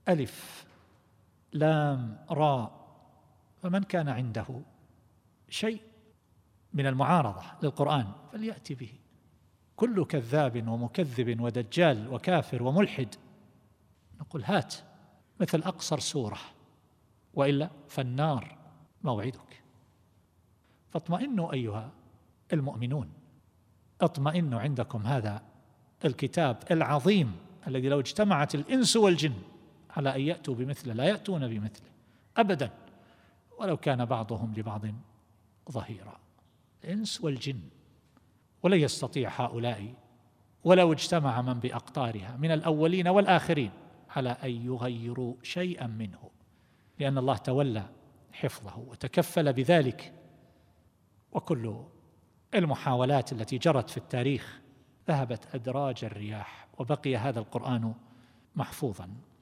ألف لام راء. فمن كان عنده شيء من المعارضة للقرآن فليأتي به. كل كذاب ومكذب ودجال وكافر وملحد نقول هات مثل أقصر سورة، وإلا فالنار موعدك. فاطمئنوا أيها المؤمنون، اطمئنوا، عندكم هذا الكتاب العظيم الذي لو اجتمعت الإنس والجن على أن يأتوا بمثله لا يأتون بمثله أبدا، ولو كان بعضهم لبعض ظهيرا. الإنس والجن، ولن يستطيع هؤلاء ولو اجتمع من بأقطارها من الأولين والآخرين على أن يغيروا شيئا منه، لأن الله تولى حفظه وتكفل بذلك. وكل المحاولات التي جرت في التاريخ ذهبت أدراج الرياح، وبقي هذا القرآن محفوظا.